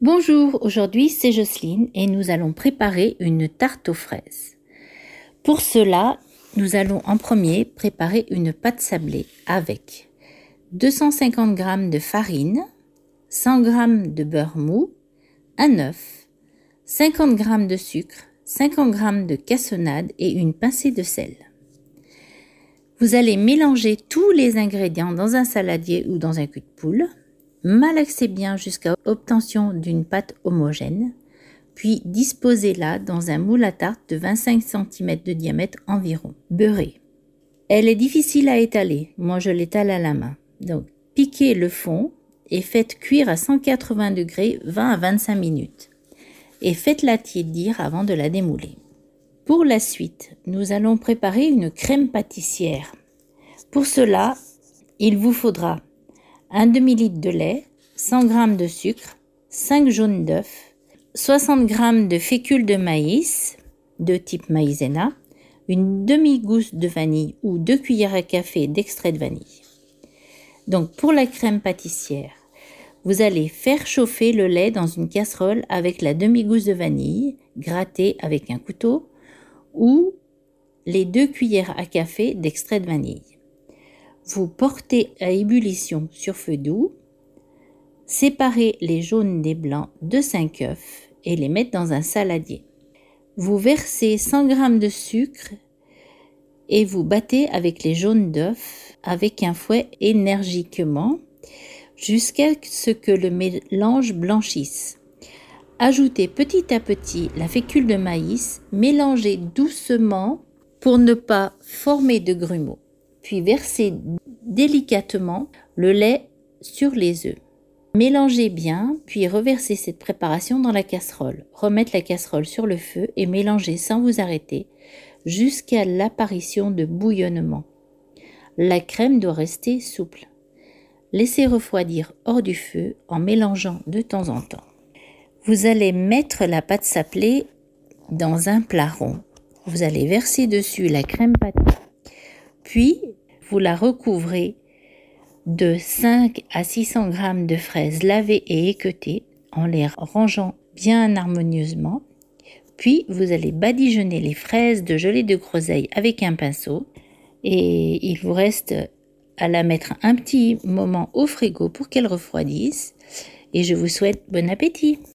Bonjour, aujourd'hui c'est Jocelyne et nous allons préparer une tarte aux fraises. Pour cela, nous allons en premier préparer une pâte sablée avec 250 g de farine, 100 g de beurre mou, un œuf, 50 g de sucre, 50 g de cassonade et une pincée de sel. Vous allez mélanger tous les ingrédients dans un saladier ou dans un cul de poule. Malaxez bien jusqu'à l'obtention d'une pâte homogène, puis disposez-la dans un moule à tarte de 25 cm de diamètre environ, beurré. Elle est difficile à étaler, moi je l'étale à la main. Donc piquez le fond et faites cuire à 180 degrés 20 à 25 minutes et faites-la tiédir avant de la démouler. Pour la suite, nous allons préparer une crème pâtissière. Pour cela, il vous faudra un demi-litre de lait, 100 g de sucre, 5 jaunes d'œufs, 60 g de fécule de maïs de type maïzena, une demi-gousse de vanille ou 2 cuillères à café d'extrait de vanille. Donc pour la crème pâtissière, vous allez faire chauffer le lait dans une casserole avec la demi-gousse de vanille grattée avec un couteau ou les 2 cuillères à café d'extrait de vanille. Vous portez à ébullition sur feu doux, séparez les jaunes des blancs de 5 œufs et les mettez dans un saladier. Vous versez 100 g de sucre et vous battez avec les jaunes d'œufs avec un fouet énergiquement jusqu'à ce que le mélange blanchisse. Ajoutez petit à petit la fécule de maïs, mélangez doucement pour ne pas former de grumeaux. Puis versez délicatement le lait sur les œufs. Mélangez bien, puis reversez cette préparation dans la casserole. Remettez la casserole sur le feu et mélangez sans vous arrêter jusqu'à l'apparition de bouillonnement. La crème doit rester souple. Laissez refroidir hors du feu en mélangeant de temps en temps. Vous allez mettre la pâte sablée dans un plat rond. Vous allez verser dessus la crème pâtée. Puis, vous la recouvrez de 5 à 600 g de fraises lavées et équeutées en les rangeant bien harmonieusement. Puis, vous allez badigeonner les fraises de gelée de groseille avec un pinceau. Et il vous reste à la mettre un petit moment au frigo pour qu'elle refroidisse. Et je vous souhaite bon appétit!